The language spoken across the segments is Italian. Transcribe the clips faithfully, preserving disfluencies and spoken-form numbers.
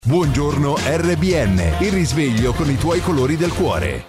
Buongiorno R B N, il risveglio con i tuoi colori del cuore.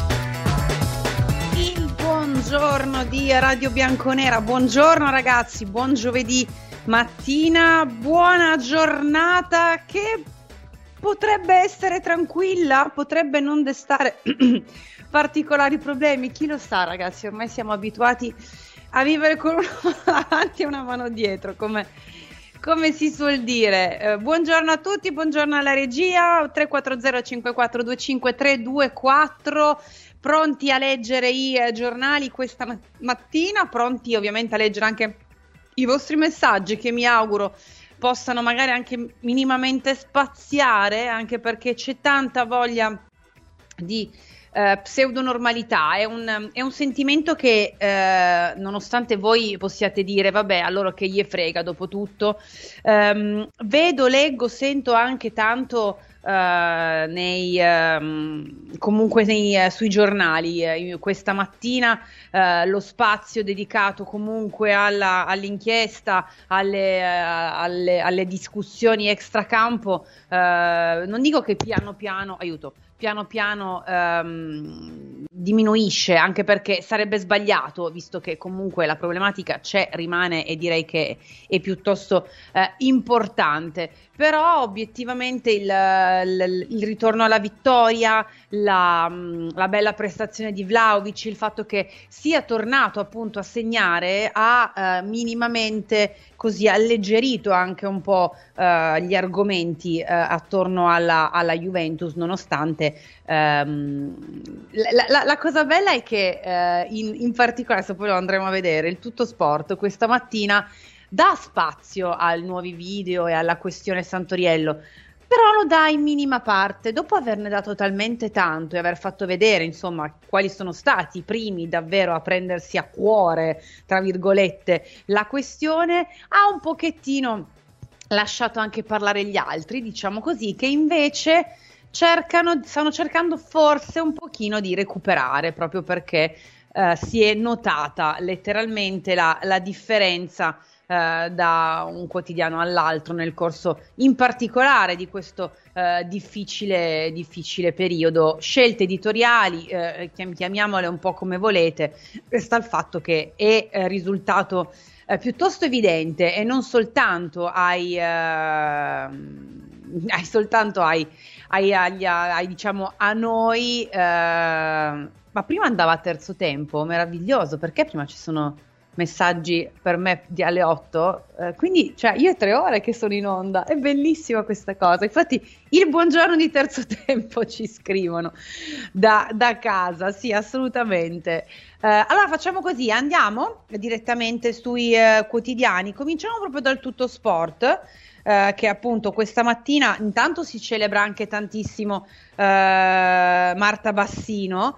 Il buongiorno di Radio Bianconera, buongiorno ragazzi, buon giovedì mattina, buona giornata che potrebbe essere tranquilla, potrebbe non destare particolari problemi, chi lo sa ragazzi, ormai siamo abituati a vivere con una mano avanti e una mano dietro, come... Come si suol dire. Eh, buongiorno a tutti, buongiorno alla regia, tre quattro zero cinque quattro due cinque tre due quattro, pronti a leggere i eh, giornali questa ma- mattina, pronti ovviamente a leggere anche i vostri messaggi che mi auguro possano magari anche minimamente spaziare, anche perché c'è tanta voglia di... Uh, pseudonormalità, è un, è un sentimento che uh, nonostante voi possiate dire vabbè a loro che gli frega dopo tutto, um, vedo, leggo, sento anche tanto uh, nei um, comunque nei, uh, sui giornali uh, questa mattina uh, lo spazio dedicato comunque alla, all'inchiesta, alle, uh, alle, alle discussioni extracampo, uh, non dico che piano piano, aiuto piano piano ehm, diminuisce, anche perché sarebbe sbagliato, visto che comunque la problematica c'è, rimane e direi che è piuttosto eh, importante, però obiettivamente il, il, il ritorno alla vittoria, la, la bella prestazione di Vlahovic, il fatto che sia tornato appunto a segnare ha eh, minimamente così alleggerito anche un po' eh, gli argomenti eh, attorno alla, alla Juventus, nonostante ehm, la, la, la cosa bella è che eh, in, in particolare, se poi lo andremo a vedere, il Tutto Sport questa mattina dà spazio ai nuovi video e alla questione Santoriello, però lo dà in minima parte, dopo averne dato talmente tanto e aver fatto vedere insomma quali sono stati i primi davvero a prendersi a cuore, tra virgolette, la questione, ha un pochettino lasciato anche parlare gli altri, diciamo così, che invece cercano, stanno cercando forse un pochino di recuperare, proprio perché eh, si è notata letteralmente la, la differenza Uh, da un quotidiano all'altro nel corso in particolare di questo uh, difficile, difficile periodo. Scelte editoriali, uh, chiam- chiamiamole un po' come volete, resta il fatto che è uh, risultato uh, piuttosto evidente e non soltanto ai, uh, ai soltanto ai, ai, agli, ai diciamo a noi, uh, ma prima andava a terzo tempo, meraviglioso, perché prima ci sono messaggi per me di alle otto, eh, quindi cioè io è tre ore che sono in onda, è bellissima questa cosa, infatti il buongiorno di terzo tempo ci scrivono da, da casa, sì assolutamente. Eh, allora facciamo così, andiamo direttamente sui eh, quotidiani, cominciamo proprio dal Tutto Sport, eh, che appunto questa mattina intanto si celebra anche tantissimo Uh, Marta Bassino,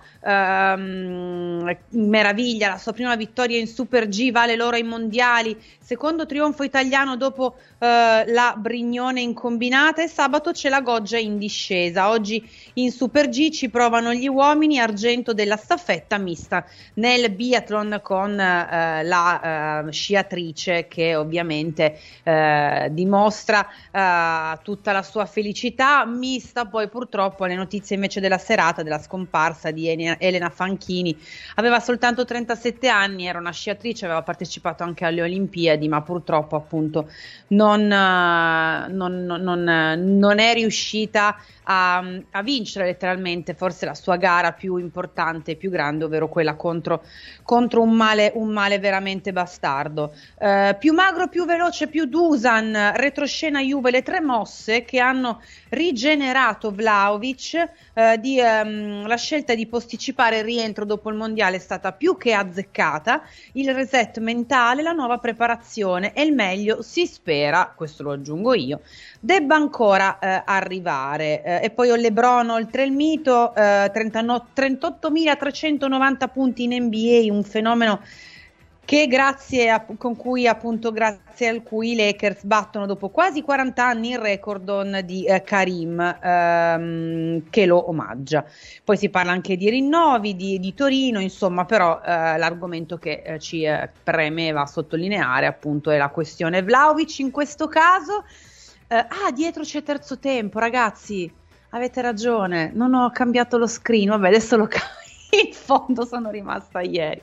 uh, meraviglia, la sua prima vittoria in Super G, vale l'oro ai mondiali, secondo trionfo italiano dopo uh, la Brignone in combinata, e sabato c'è la Goggia in discesa. Oggi in Super G ci provano gli uomini, argento della staffetta mista nel biathlon con uh, la uh, sciatrice che ovviamente uh, dimostra uh, tutta la sua felicità mista. Poi purtroppo le notizie invece della serata, della scomparsa di Elena Fanchini, aveva soltanto trentasette anni, era una sciatrice, aveva partecipato anche alle Olimpiadi, ma purtroppo appunto non, non, non, non è riuscita a, a vincere letteralmente forse la sua gara più importante e più grande, ovvero quella contro, contro un male, un male veramente bastardo. Uh, più magro, più veloce, più Dusan, retroscena Juve, le tre mosse che hanno rigenerato Vlahovic. Uh, di, um, la scelta di posticipare il rientro dopo il mondiale è stata più che azzeccata, il reset mentale, la nuova preparazione e il meglio, si spera, questo lo aggiungo io, debba ancora uh, arrivare. Uh, e poi ho LeBron oltre il mito, uh, trentottomilatrecentonovanta punti in N B A, un fenomeno che grazie a, con cui appunto grazie al cui i Lakers battono dopo quasi quaranta anni il record di eh, Karim, ehm, che lo omaggia. Poi si parla anche di rinnovi di, di Torino, insomma, però eh, l'argomento che eh, ci eh, premeva sottolineare appunto è la questione Vlahovic in questo caso. Eh, ah, dietro c'è terzo tempo, ragazzi, avete ragione, non ho cambiato lo screen, vabbè, adesso lo cambio, in fondo sono rimasta ieri.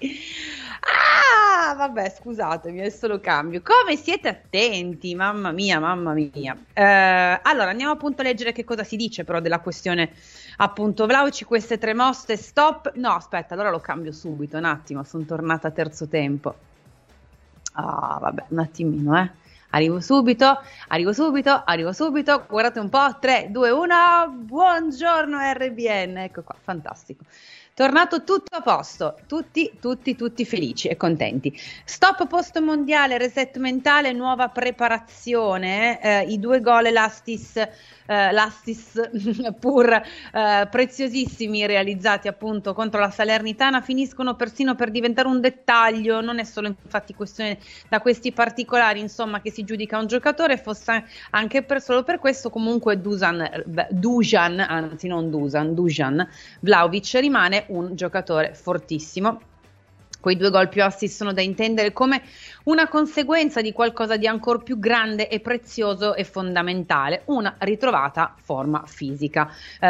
Ah, vabbè, scusatemi, adesso lo cambio. Come siete attenti, mamma mia, mamma mia. Eh, allora, andiamo appunto a leggere che cosa si dice però della questione, appunto, Vlahovic, queste tre mosse, stop. No, aspetta, allora lo cambio subito, un attimo, sono tornata a terzo tempo. Ah, vabbè, un attimino, eh. Arrivo subito, arrivo subito, arrivo subito, guardate un po', tre, due, uno, buongiorno R B N, ecco qua, fantastico. Tornato tutto a posto, tutti, tutti, tutti felici e contenti. Stop post mondiale, reset mentale, nuova preparazione, eh, i due gol Lastis, eh, Lastis pur eh, preziosissimi realizzati appunto contro la Salernitana finiscono persino per diventare un dettaglio, non è solo infatti questione da questi particolari insomma che si giudica un giocatore, fosse anche per, solo per questo comunque Dusan, Dusan, anzi non Dusan, Dusan Vlahovic rimane un giocatore fortissimo. Quei due gol più assist sono da intendere come una conseguenza di qualcosa di ancora più grande e prezioso e fondamentale, una ritrovata forma fisica.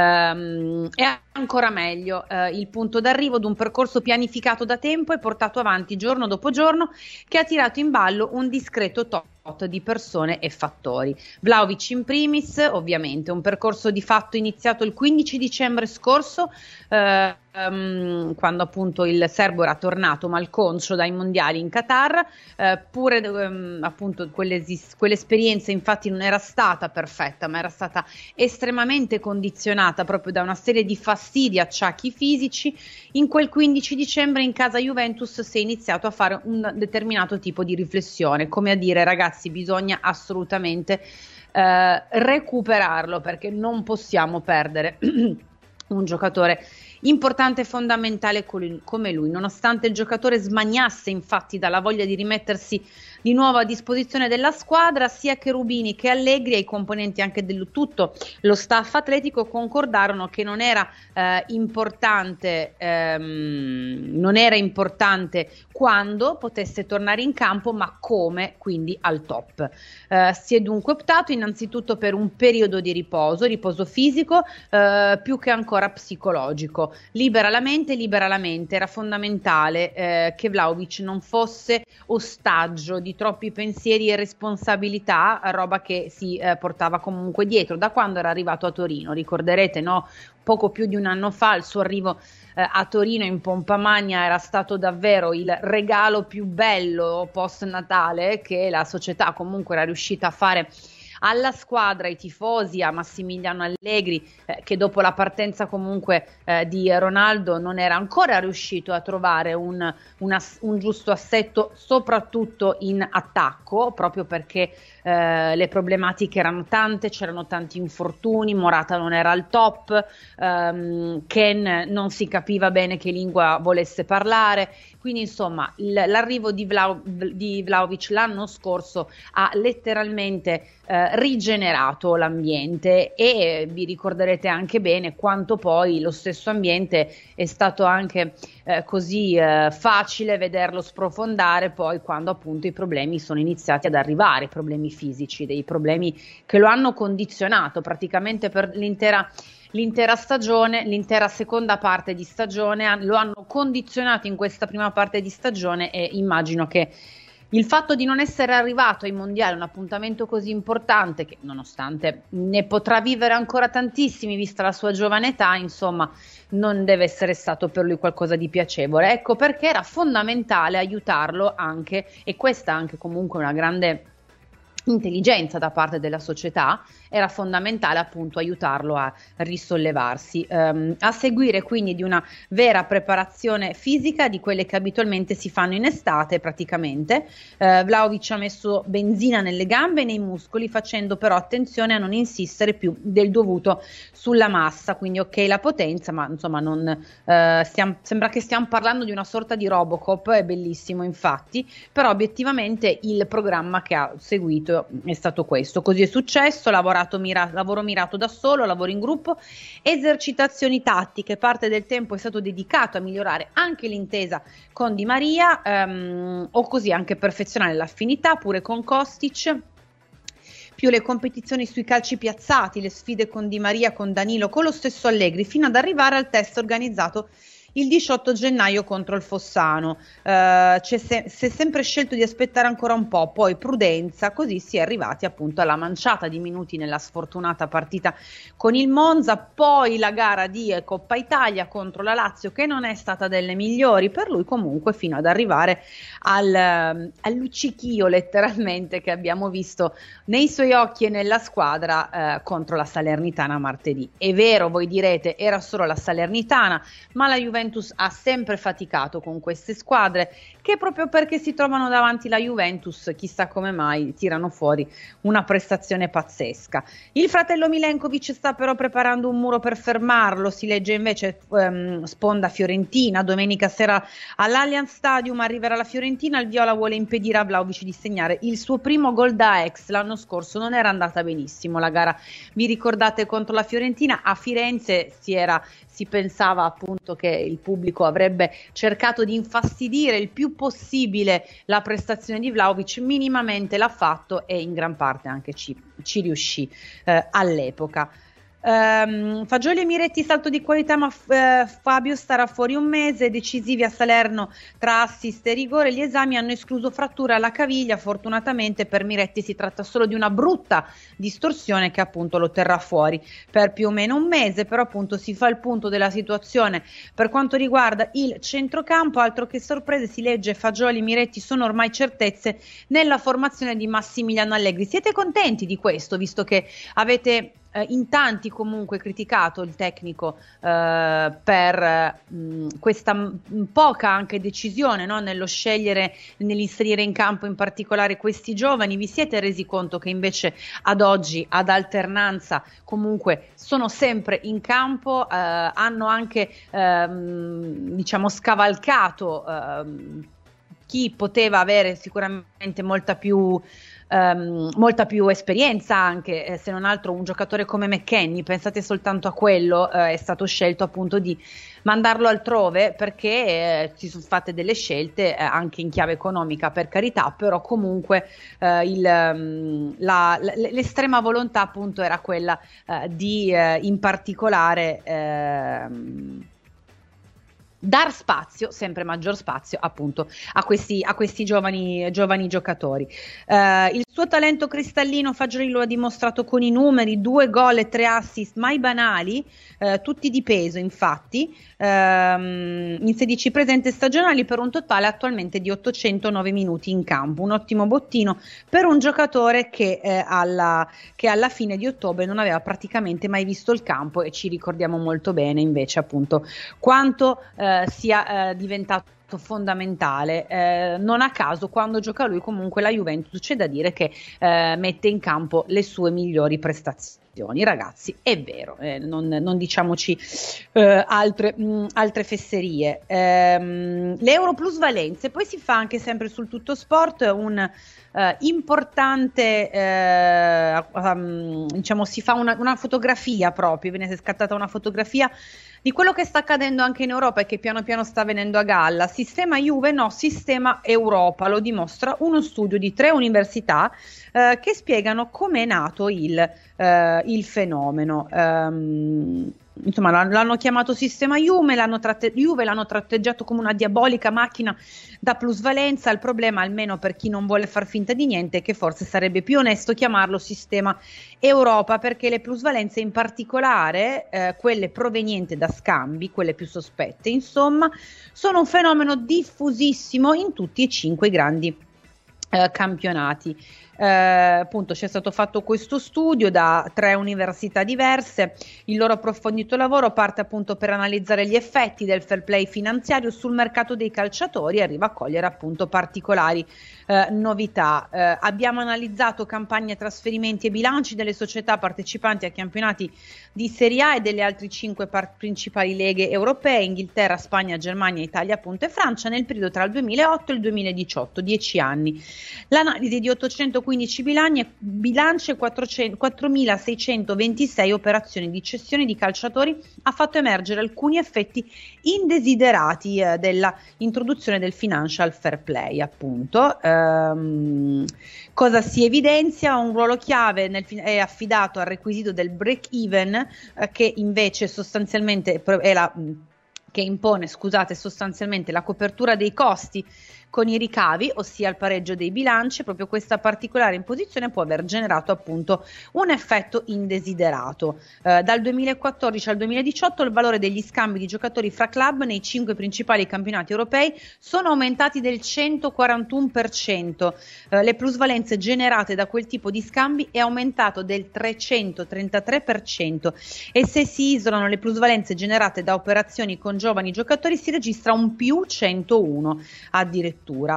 Ehm, e ancora meglio, eh, il punto d'arrivo di un percorso pianificato da tempo e portato avanti giorno dopo giorno che ha tirato in ballo un discreto top di persone e fattori. Vlahovic in primis, ovviamente, un percorso di fatto iniziato il quindici dicembre scorso, eh, um, quando appunto il serbo era tornato malconcio dai mondiali in Qatar, eh, pure um, appunto quell'esperienza infatti non era stata perfetta, ma era stata estremamente condizionata proprio da una serie di fastidi, acciacchi fisici. In quel quindici dicembre in casa Juventus si è iniziato a fare un determinato tipo di riflessione, come a dire ragazzi bisogna assolutamente eh, recuperarlo perché non possiamo perdere un giocatore importante e fondamentale come lui, nonostante il giocatore smaniasse infatti dalla voglia di rimettersi di nuovo a disposizione della squadra, sia Cherubini che Allegri e i componenti anche del tutto lo staff atletico concordarono che non era eh, importante ehm, non era importante quando potesse tornare in campo, ma come, quindi al top. Eh, si è dunque optato innanzitutto per un periodo di riposo, riposo fisico eh, più che ancora psicologico. Libera la mente, libera la mente, era fondamentale eh, che Vlahovic non fosse ostaggio di troppi pensieri e responsabilità, roba che si eh, portava comunque dietro da quando era arrivato a Torino. Ricorderete, no? Poco più di un anno fa il suo arrivo eh, a Torino in pompa magna era stato davvero il regalo più bello post Natale che la società comunque era riuscita a fare alla squadra, ai tifosi, a Massimiliano Allegri eh, che dopo la partenza comunque eh, di Ronaldo non era ancora riuscito a trovare un, una, un giusto assetto soprattutto in attacco, proprio perché eh, le problematiche erano tante, c'erano tanti infortuni, Morata non era al top, ehm, Ken non si capiva bene che lingua volesse parlare, quindi insomma il, l'arrivo di, Vla, di Vlahovic l'anno scorso ha letteralmente eh, rigenerato l'ambiente e vi ricorderete anche bene quanto poi lo stesso ambiente è stato anche eh, così eh, facile vederlo sprofondare poi quando appunto i problemi sono iniziati ad arrivare, i problemi fisici, dei problemi che lo hanno condizionato praticamente per l'intera l'intera stagione, l'intera seconda parte di stagione, lo hanno condizionato in questa prima parte di stagione e immagino che il fatto di non essere arrivato ai mondiali, un appuntamento così importante che nonostante ne potrà vivere ancora tantissimi vista la sua giovane età, insomma non deve essere stato per lui qualcosa di piacevole. Ecco perché era fondamentale aiutarlo anche, e questa anche comunque una grande intelligenza da parte della società, era fondamentale appunto aiutarlo a risollevarsi, um, a seguire quindi di una vera preparazione fisica di quelle che abitualmente si fanno in estate praticamente. uh, Vlahovic ha messo benzina nelle gambe e nei muscoli, facendo però attenzione a non insistere più del dovuto sulla massa, quindi ok la potenza, ma insomma non uh, stiamo, sembra che stiamo parlando di una sorta di Robocop, è bellissimo infatti, però obiettivamente il programma che ha seguito è stato questo, così è successo, lavorato Mira- lavoro mirato da solo, lavoro in gruppo, esercitazioni tattiche, parte del tempo è stato dedicato a migliorare anche l'intesa con Di Maria, ehm, o così anche perfezionare l'affinità pure con Kostic. più le competizioni sui calci piazzati, le sfide con Di Maria, con Danilo, con lo stesso Allegri, fino ad arrivare al test organizzato il diciotto gennaio contro il Fossano. Uh, c'è se- si è sempre scelto di aspettare ancora un po', poi prudenza, così si è arrivati appunto alla manciata di minuti nella sfortunata partita con il Monza, poi la gara di Coppa Italia contro la Lazio, che non è stata delle migliori per lui, comunque fino ad arrivare al, al luccichio letteralmente che abbiamo visto nei suoi occhi e nella squadra uh, contro la Salernitana martedì. È vero, voi direte, era solo la Salernitana, ma la Juventus ha sempre faticato con queste squadre che, proprio perché si trovano davanti la Juventus, chissà come mai tirano fuori una prestazione pazzesca. Il fratello Milenkovic sta però preparando un muro per fermarlo, si legge invece ehm, sponda fiorentina, domenica sera all'Allianz Stadium arriverà la Fiorentina, il Viola vuole impedire a Vlahovic di segnare il suo primo gol da ex. L'anno scorso non era andata benissimo la gara, vi ricordate, contro la Fiorentina a Firenze si era si pensava appunto che il pubblico avrebbe cercato di infastidire il più possibile la prestazione di Vlahovic, minimamente l'ha fatto e in gran parte anche ci, ci riuscì eh, all'epoca. Um, Fagioli e Miretti salto di qualità, ma uh, Fabio starà fuori un mese. Decisivi a Salerno tra assist e rigore, gli esami hanno escluso frattura alla caviglia. Fortunatamente per Miretti si tratta solo di una brutta distorsione che appunto lo terrà fuori per più o meno un mese, però appunto si fa il punto della situazione per quanto riguarda il centrocampo. Altro che sorprese, si legge: Fagioli e Miretti sono ormai certezze nella formazione di Massimiliano Allegri. Siete contenti di questo, visto che avete Eh, in tanti comunque criticato il tecnico eh, per mh, questa mh, poca anche decisione, no? Nello scegliere, nell'inserire in campo in particolare questi giovani? Vi siete resi conto che invece ad oggi, ad alternanza, comunque sono sempre in campo, eh, hanno anche ehm, diciamo scavalcato ehm, chi poteva avere sicuramente molta più Um, molta più esperienza anche, eh, se non altro un giocatore come McKennie, pensate soltanto a quello, eh, è stato scelto appunto di mandarlo altrove perché eh, si sono fatte delle scelte eh, anche in chiave economica, per carità, però comunque eh, il, um, la, l'estrema volontà appunto era quella eh, di eh, in particolare eh, dar spazio, sempre maggior spazio appunto a questi, a questi giovani, giovani giocatori. Uh, il suo talento cristallino Fagioli lo ha dimostrato con i numeri: due gol e tre assist mai banali, uh, tutti di peso infatti, uh, in sedici presenze stagionali per un totale attualmente di ottocentonove minuti in campo. Un ottimo bottino per un giocatore che, eh, alla, che alla fine di ottobre non aveva praticamente mai visto il campo, e ci ricordiamo molto bene invece appunto quanto eh, sia eh, diventato fondamentale. Eh, non a caso quando gioca lui comunque la Juventus c'è da dire che eh, mette in campo le sue migliori prestazioni, ragazzi, è vero, eh, non, non diciamoci eh, altre, mh, altre fesserie. Ehm, le Euro Plus Valenze, poi si fa anche sempre sul Tutto Sport un Uh, importante, uh, um, diciamo si fa una, una fotografia proprio, viene scattata una fotografia di quello che sta accadendo anche in Europa e che piano piano sta venendo a galla. Sistema Juve, no, sistema Europa, lo dimostra uno studio di tre università uh, che spiegano come è nato il, uh, il fenomeno. Um, Insomma, l'hanno chiamato sistema Juve, l'hanno, tratte- Juve, l'hanno tratteggiato come una diabolica macchina da plusvalenza. Il problema, almeno per chi non vuole far finta di niente, è che forse sarebbe più onesto chiamarlo sistema Europa, perché le plusvalenze, in particolare eh, quelle provenienti da scambi, quelle più sospette, insomma, sono un fenomeno diffusissimo in tutti e cinque i grandi eh, campionati. Eh, appunto c'è stato fatto questo studio da tre università diverse. Il loro approfondito lavoro parte appunto per analizzare gli effetti del fair play finanziario sul mercato dei calciatori e arriva a cogliere appunto particolari eh, novità. Eh, abbiamo analizzato campagne, trasferimenti e bilanci delle società partecipanti ai campionati di Serie A e delle altre cinque par- principali leghe europee: Inghilterra, Spagna, Germania, Italia appunto e Francia, nel periodo tra il duemilaotto e il duemiladiciotto, dieci anni. L'analisi di ottocento trecentoquindici bilanci, bilanci e quattromilaseicentoventisei operazioni di cessione di calciatori ha fatto emergere alcuni effetti indesiderati eh, della introduzione del financial fair play, appunto. Ehm, cosa si evidenzia? Un ruolo chiave nel, è affidato al requisito del break even, eh, che invece sostanzialmente è la che impone, scusate, sostanzialmente la copertura dei costi con i ricavi, ossia il pareggio dei bilanci. Proprio questa particolare imposizione può aver generato appunto un effetto indesiderato. Eh, dal duemilaquattordici al duemiladiciotto il valore degli scambi di giocatori fra club nei cinque principali campionati europei sono aumentati del centoquarantuno per cento. Eh, le plusvalenze generate da quel tipo di scambi è aumentato del trecentotrentatré per cento, e se si isolano le plusvalenze generate da operazioni con giovani giocatori si registra un più centouno addirittura.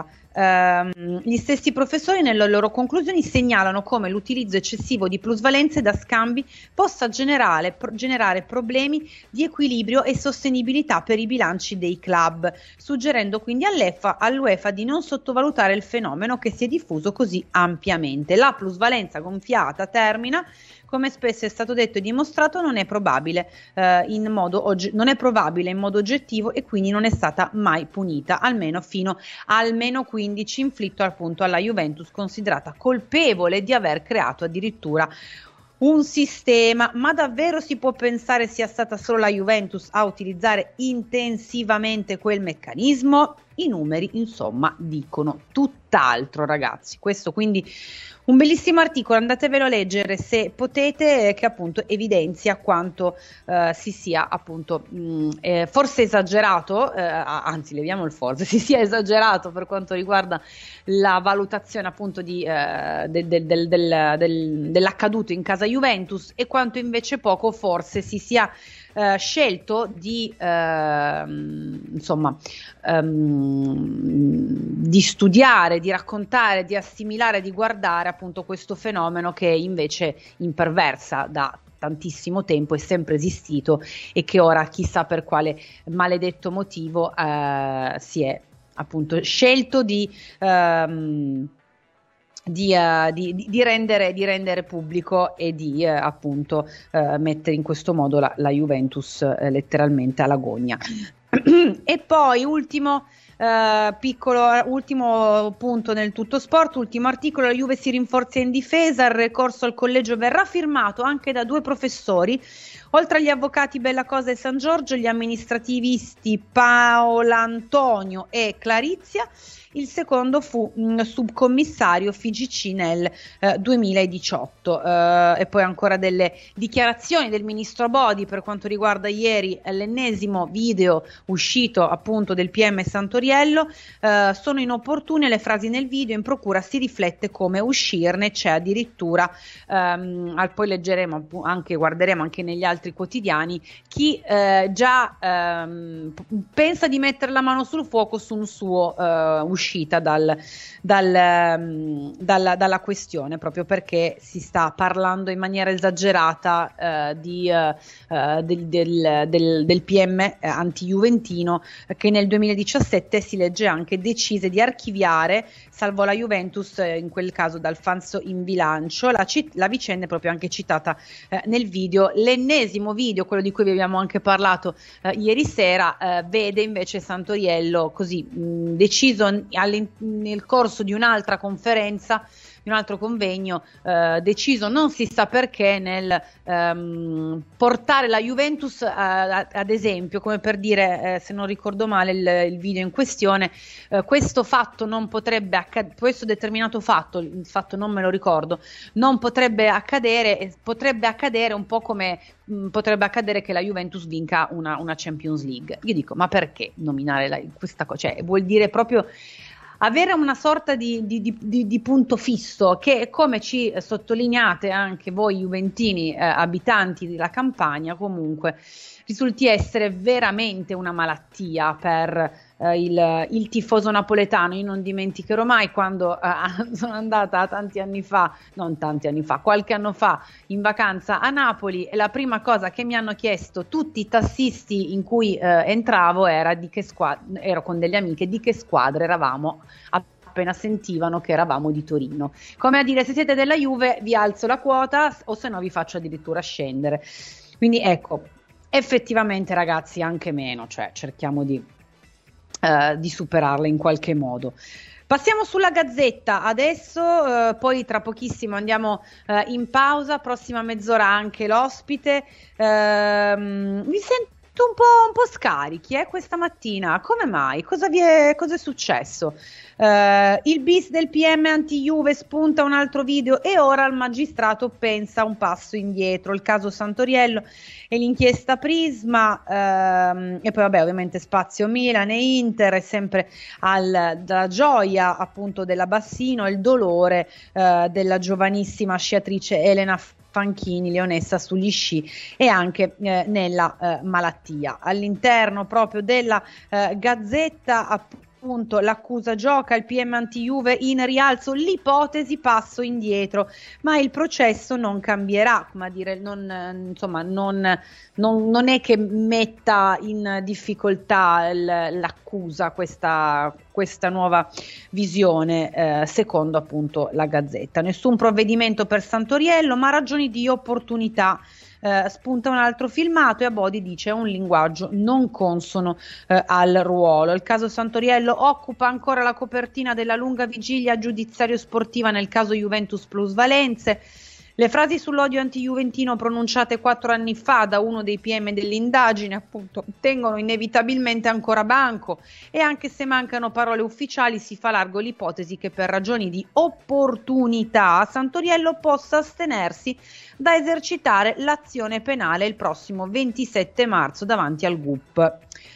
Uh, gli stessi professori nelle loro conclusioni segnalano come l'utilizzo eccessivo di plusvalenze da scambi possa generare, pro- generare problemi di equilibrio e sostenibilità per i bilanci dei club, suggerendo quindi all'EFA, all'UEFA di non sottovalutare il fenomeno che si è diffuso così ampiamente. La plusvalenza gonfiata termina, come spesso è stato detto e dimostrato, non è probabile eh, in modo ogge- non è probabile in modo oggettivo, e quindi non è stata mai punita, almeno fino a almeno quindici, inflitto appunto alla Juventus, considerata colpevole di aver creato addirittura un sistema. Ma davvero si può pensare sia stata solo la Juventus a utilizzare intensivamente quel meccanismo? I numeri, insomma, dicono tutt'altro, ragazzi. Questo quindi un bellissimo articolo, andatevelo a leggere se potete, che appunto evidenzia quanto eh, si sia appunto mh, eh, forse esagerato, eh, anzi leviamo il forse, si sia esagerato per quanto riguarda la valutazione appunto di, eh, del, del, del, del, del, dell'accaduto in casa Juventus, e quanto invece poco forse si sia Uh, scelto di uh, insomma um, di studiare, di raccontare, di assimilare, di guardare appunto questo fenomeno che invece imperversa da tantissimo tempo, è sempre esistito, e che ora chissà per quale maledetto motivo uh, si è appunto scelto di um, Di, uh, di, di, rendere, di rendere pubblico e di uh, appunto uh, mettere in questo modo la, la Juventus uh, letteralmente alla gogna. E poi ultimo uh, piccolo ultimo punto nel tutto sport, ultimo articolo: la Juve si rinforza in difesa, il ricorso al collegio verrà firmato anche da due professori. Oltre agli avvocati Bellacosa e San Giorgio, gli amministrativisti Paolantonio e Clarizia. Il secondo fu un subcommissario F I G C nel eh, duemiladiciotto. Eh, e poi ancora delle dichiarazioni del ministro Bodi per quanto riguarda ieri l'ennesimo video uscito appunto del P M Santoriello. Eh, sono inopportune le frasi nel video, in procura si riflette come uscirne, c'è addirittura ehm, poi leggeremo anche, guarderemo anche negli altri quotidiani, chi eh, già ehm, pensa di mettere la mano sul fuoco su un suo eh, uscita dal, dal, um, dalla, dalla questione, proprio perché si sta parlando in maniera esagerata uh, di, uh, uh, del, del, del, del P M eh, anti-juventino, eh, che nel duemiladiciassette si legge anche decise di archiviare, salvo la Juventus, eh, in quel caso dal falso in bilancio. La, cit- la vicenda è proprio anche citata eh, nel video. L'ennesimo video, quello di cui vi abbiamo anche parlato eh, ieri sera, eh, vede invece Santoriello così mh, deciso nel corso di un'altra conferenza, di un altro convegno, eh, deciso non si sa perché nel ehm, portare la Juventus a, ad esempio, come per dire, eh, se non ricordo male il, il video in questione, eh, questo fatto non potrebbe accadere, questo determinato fatto, il fatto non me lo ricordo, non potrebbe accadere, potrebbe accadere un po' come mh, potrebbe accadere che la Juventus vinca una, una Champions League. Io dico, ma perché nominare la, questa cosa? Cioè, vuol dire proprio avere una sorta di, di, di, di punto fisso, che, come ci sottolineate anche voi juventini, eh, abitanti della Campania, comunque risulti essere veramente una malattia per eh, il, il tifoso napoletano. Io non dimenticherò mai quando eh, sono andata tanti anni fa, non tanti anni fa, qualche anno fa, in vacanza a Napoli, e la prima cosa che mi hanno chiesto tutti i tassisti in cui eh, entravo era di che squadra, ero con delle amiche, di che squadra eravamo appena sentivano che eravamo di Torino. Come a dire, se siete della Juve vi alzo la quota o se no vi faccio addirittura scendere. Quindi ecco, effettivamente ragazzi anche meno, cioè cerchiamo di, uh, di superarla in qualche modo. Passiamo sulla Gazzetta adesso, uh, poi tra pochissimo andiamo uh, in pausa, prossima mezz'ora anche l'ospite. Uh, mi sento un po', un po' scarichi eh, questa mattina, come mai? Cosa, vi è, cosa è successo? Uh, il bis del P M anti-Juve spunta un altro video e ora il magistrato pensa un passo indietro, il caso Santoriello e l'inchiesta Prisma, uh, e poi vabbè ovviamente spazio Milan e Inter, e sempre al, dalla gioia appunto della Bassino e il dolore uh, della giovanissima sciatrice Elena Fanchini, leonessa sugli sci e anche eh, nella eh, malattia. All'interno proprio della eh, Gazzetta appunto l'accusa gioca, il P M anti-Juve in rialzo, l'ipotesi passo indietro, ma il processo non cambierà, come a dire, non, insomma, non, non, non è che metta in difficoltà l, l'accusa questa, questa nuova visione, eh, secondo appunto la Gazzetta. Nessun provvedimento per Santoriello, ma ragioni di opportunità. Uh, spunta un altro filmato e Abodi dice un linguaggio non consono uh, al ruolo. Il caso Santoriello occupa ancora la copertina della lunga vigilia giudiziario sportiva nel caso Juventus plusvalenze. Le frasi sull'odio anti-juventino pronunciate quattro anni fa da uno dei P M dell'indagine appunto tengono inevitabilmente ancora banco, e anche se mancano parole ufficiali si fa largo l'ipotesi che per ragioni di opportunità Santoriello possa astenersi da esercitare l'azione penale il prossimo ventisette marzo davanti al G U P.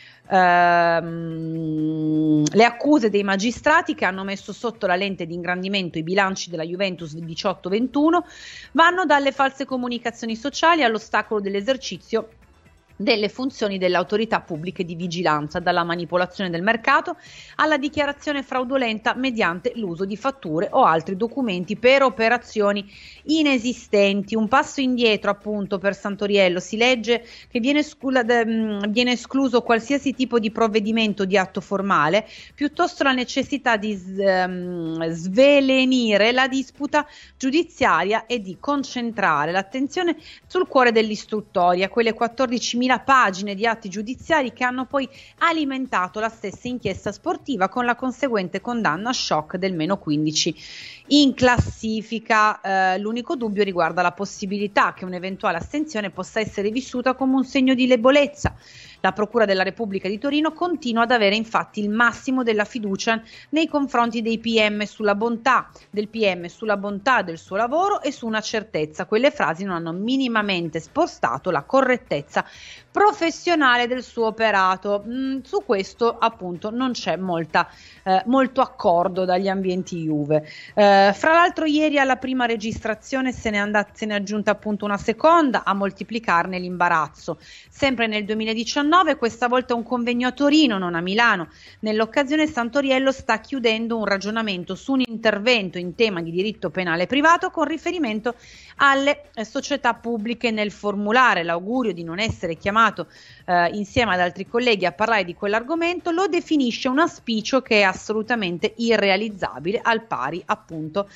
Uh, le accuse dei magistrati che hanno messo sotto la lente di ingrandimento i bilanci della Juventus diciotto ventuno vanno dalle false comunicazioni sociali all'ostacolo dell'esercizio delle funzioni delle autorità pubbliche di vigilanza, dalla manipolazione del mercato alla dichiarazione fraudolenta mediante l'uso di fatture o altri documenti per operazioni inesistenti. Un passo indietro appunto per Santoriello. Si legge che viene, esclu- viene escluso qualsiasi tipo di provvedimento di atto formale, piuttosto la necessità di um, svelenire la disputa giudiziaria e di concentrare l'attenzione sul cuore dell'istruttoria, quelle quattordicimila pagine di atti giudiziari che hanno poi alimentato la stessa inchiesta sportiva, con la conseguente condanna shock del meno quindici in classifica. Eh, l'unico dubbio riguarda la possibilità che un'eventuale astensione possa essere vissuta come un segno di debolezza. La Procura della Repubblica di Torino continua ad avere infatti il massimo della fiducia nei confronti dei P M sulla bontà del P M sulla bontà del suo lavoro e su una certezza. Quelle frasi non hanno minimamente spostato la correttezza professionale del suo operato. Mm, su questo appunto non c'è molta, eh, molto accordo dagli ambienti Juve. Eh, fra l'altro ieri alla prima registrazione se ne è, andata, se ne è aggiunta appunto una seconda a moltiplicarne l'imbarazzo. Sempre nel duemiladiciannove, questa volta un convegno a Torino, non a Milano. Nell'occasione Santoriello sta chiudendo un ragionamento su un intervento in tema di diritto penale privato con riferimento alle eh, società pubbliche. Nel formulare l'augurio di non essere chiamato eh, insieme ad altri colleghi a parlare di quell'argomento, lo definisce un auspicio che è assolutamente irrealizzabile, al pari appunto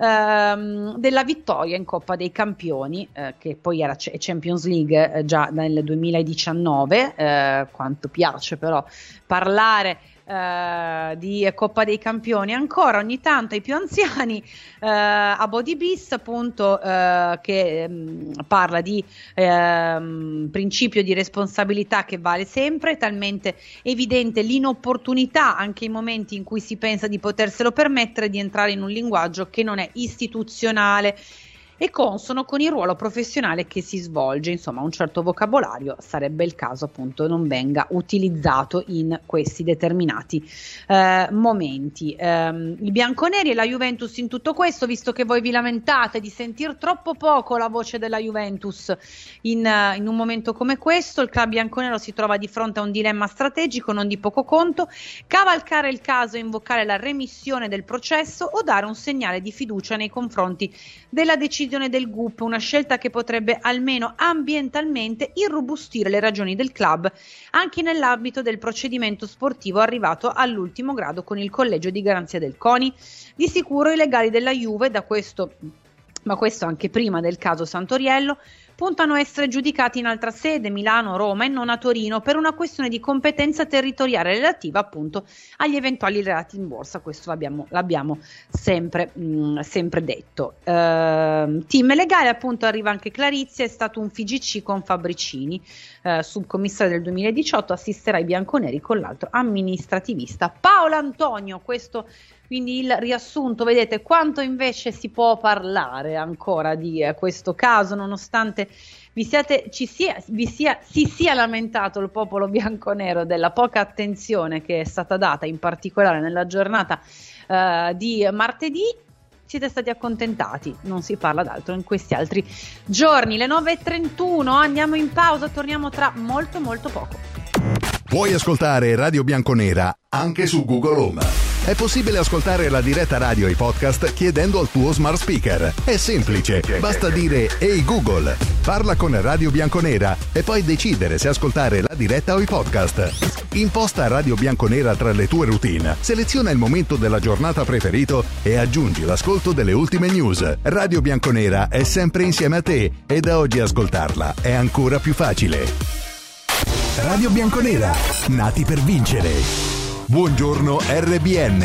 ehm, della vittoria in Coppa dei Campioni, eh, che poi era C- Champions League eh, già nel duemiladiciannove. Eh, quanto piace però parlare Uh, di Coppa dei Campioni ancora ogni tanto ai più anziani. uh, a Body Bis appunto uh, che um, parla di um, principio di responsabilità che vale sempre, talmente evidente l'inopportunità anche in momenti in cui si pensa di poterselo permettere di entrare in un linguaggio che non è istituzionale e consono con il ruolo professionale che si svolge. Insomma, un certo vocabolario sarebbe il caso appunto non venga utilizzato in questi determinati eh, momenti. Um, I bianconeri e la Juventus in tutto questo, visto che voi vi lamentate di sentir troppo poco la voce della Juventus in, uh, in un momento come questo, il club bianconero si trova di fronte a un dilemma strategico non di poco conto: cavalcare il caso e invocare la remissione del processo o dare un segnale di fiducia nei confronti della decisione decisione del G U P, una scelta che potrebbe almeno ambientalmente irrobustire le ragioni del club anche nell'ambito del procedimento sportivo arrivato all'ultimo grado con il collegio di garanzia del CONI. Di sicuro i legali della Juve, da questo, ma questo anche prima del caso Santoriello, puntano a essere giudicati in altra sede, Milano, Roma e non a Torino, per una questione di competenza territoriale relativa appunto agli eventuali reati in borsa. Questo l'abbiamo, l'abbiamo sempre, mh, sempre detto. Uh, team legale, appunto, arriva anche Clarizia, è stato un F I G C con Fabricini, uh, subcommissario del duemiladiciotto, assisterà i bianconeri con l'altro amministrativista Paolo Antonio. Questo quindi il riassunto. Vedete quanto invece si può parlare ancora di eh, questo caso, nonostante vi siate, ci sia, vi sia, si sia lamentato il popolo bianconero della poca attenzione che è stata data, in particolare nella giornata eh, di martedì. Siete stati accontentati, non si parla d'altro in questi altri giorni. Le nove e trentuno, andiamo in pausa, torniamo tra molto molto poco. Puoi ascoltare Radio Bianconera anche su Google Home. È possibile ascoltare la diretta radio e i podcast chiedendo al tuo smart speaker. È semplice, basta dire «Ehi Google», parla con Radio Bianconera e poi decidere se ascoltare la diretta o i podcast. Imposta Radio Bianconera tra le tue routine, seleziona il momento della giornata preferito e aggiungi l'ascolto delle ultime news. Radio Bianconera è sempre insieme a te e da oggi ascoltarla è ancora più facile. Radio Bianconera, nati per vincere. Buongiorno R B N.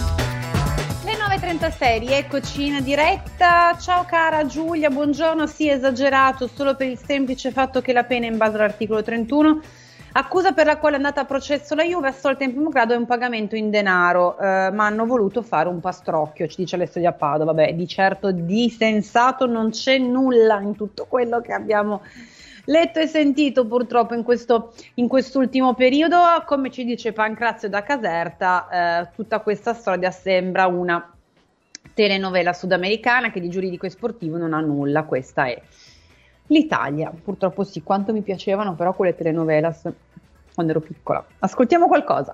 Le nove e trentasei, rieccoci in diretta. Ciao cara Giulia, buongiorno. Sì, esagerato solo per il semplice fatto che la pena in base all'articolo trentuno, accusa per la quale è andata a processo la Juve, assolta in primo grado, è un pagamento in denaro, eh, ma hanno voluto fare un pastrocchio, ci dice Alessio Di Appada. Vabbè, di certo di sensato non c'è nulla in tutto quello che abbiamo letto e sentito purtroppo in questo in quest'ultimo periodo. Come ci dice Pancrazio da Caserta, eh, tutta questa storia sembra una telenovela sudamericana che di giuridico e sportivo non ha nulla. Questa è l'Italia, purtroppo sì. Quanto mi piacevano però quelle telenovelas quando ero piccola. Ascoltiamo qualcosa.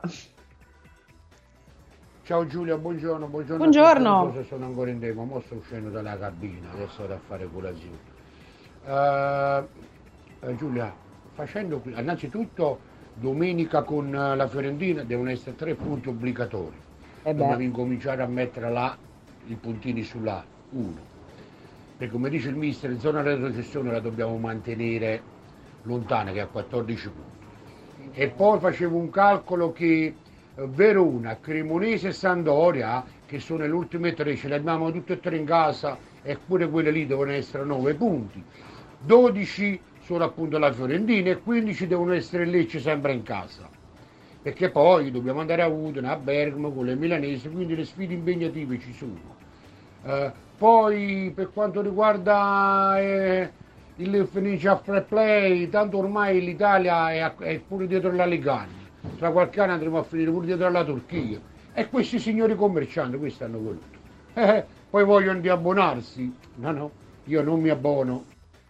Ciao Giulia, buongiorno. Buongiorno. Buongiorno. Non so se sono ancora in demo, mo sto uscendo dalla cabina, adesso vado a fare colazione. Uh, Uh, Giulia, facendo innanzitutto domenica con uh, la Fiorentina devono essere tre punti obbligatori. Eh Dobbiamo incominciare a mettere là i puntini sulla uno. Perché come dice il mister, in zona retrocessione la dobbiamo mantenere lontana, che è a quattordici punti. E poi facevo un calcolo che uh, Verona, Cremonese e Sampdoria, che sono le ultime tre, ce le abbiamo tutte e tre in casa, e pure quelle lì devono essere nove punti. dodici sono appunto la Fiorentina e quindici devono essere Lecce sempre in casa, perché poi dobbiamo andare a Udine, a Bergamo con le milanesi, quindi le sfide impegnative ci sono. Eh, poi per quanto riguarda eh, il Financial Fair Play, tanto ormai l'Italia è, a, è pure dietro la Ligani, tra qualche anno andremo a finire pure dietro la Turchia, e questi signori commercianti questi hanno voluto. Eh, poi vogliono di abbonarsi, no no, io non mi abbono.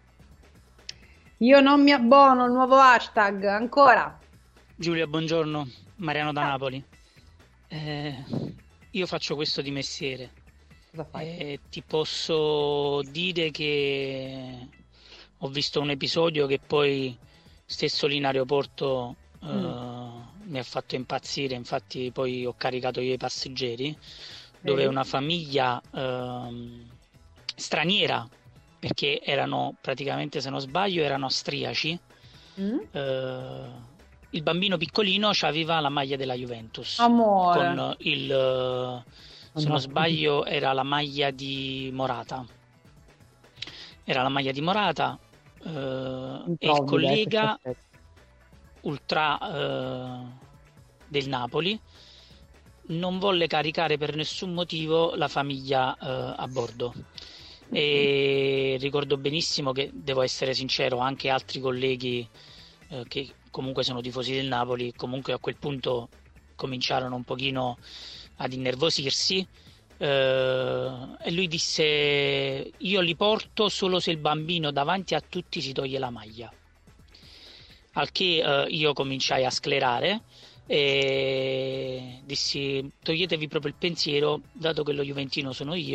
Io non mi abbono, il nuovo hashtag, ancora. Giulia, buongiorno, Mariano da Napoli. Eh, io faccio questo di mestiere. Cosa fai? Eh, ti posso dire che ho visto un episodio che poi stesso lì in aeroporto eh, mm. mi ha fatto impazzire, infatti poi ho caricato io i passeggeri, dove una famiglia eh, straniera, perché erano praticamente, se non sbaglio, erano austriaci. Mm. Eh, il bambino piccolino aveva la maglia della Juventus. Amore. Con il, se non sbaglio, era la maglia di Morata. Era la maglia di Morata. Eh, e il collega ultra eh, del Napoli non volle caricare per nessun motivo la famiglia eh, a bordo. E ricordo benissimo che, devo essere sincero, anche altri colleghi eh, che comunque sono tifosi del Napoli comunque a quel punto cominciarono un pochino ad innervosirsi, eh, e lui disse: io li porto solo se il bambino davanti a tutti si toglie la maglia. Al che eh, io cominciai a sclerare e dissi: toglietevi proprio il pensiero, dato che lo juventino sono io,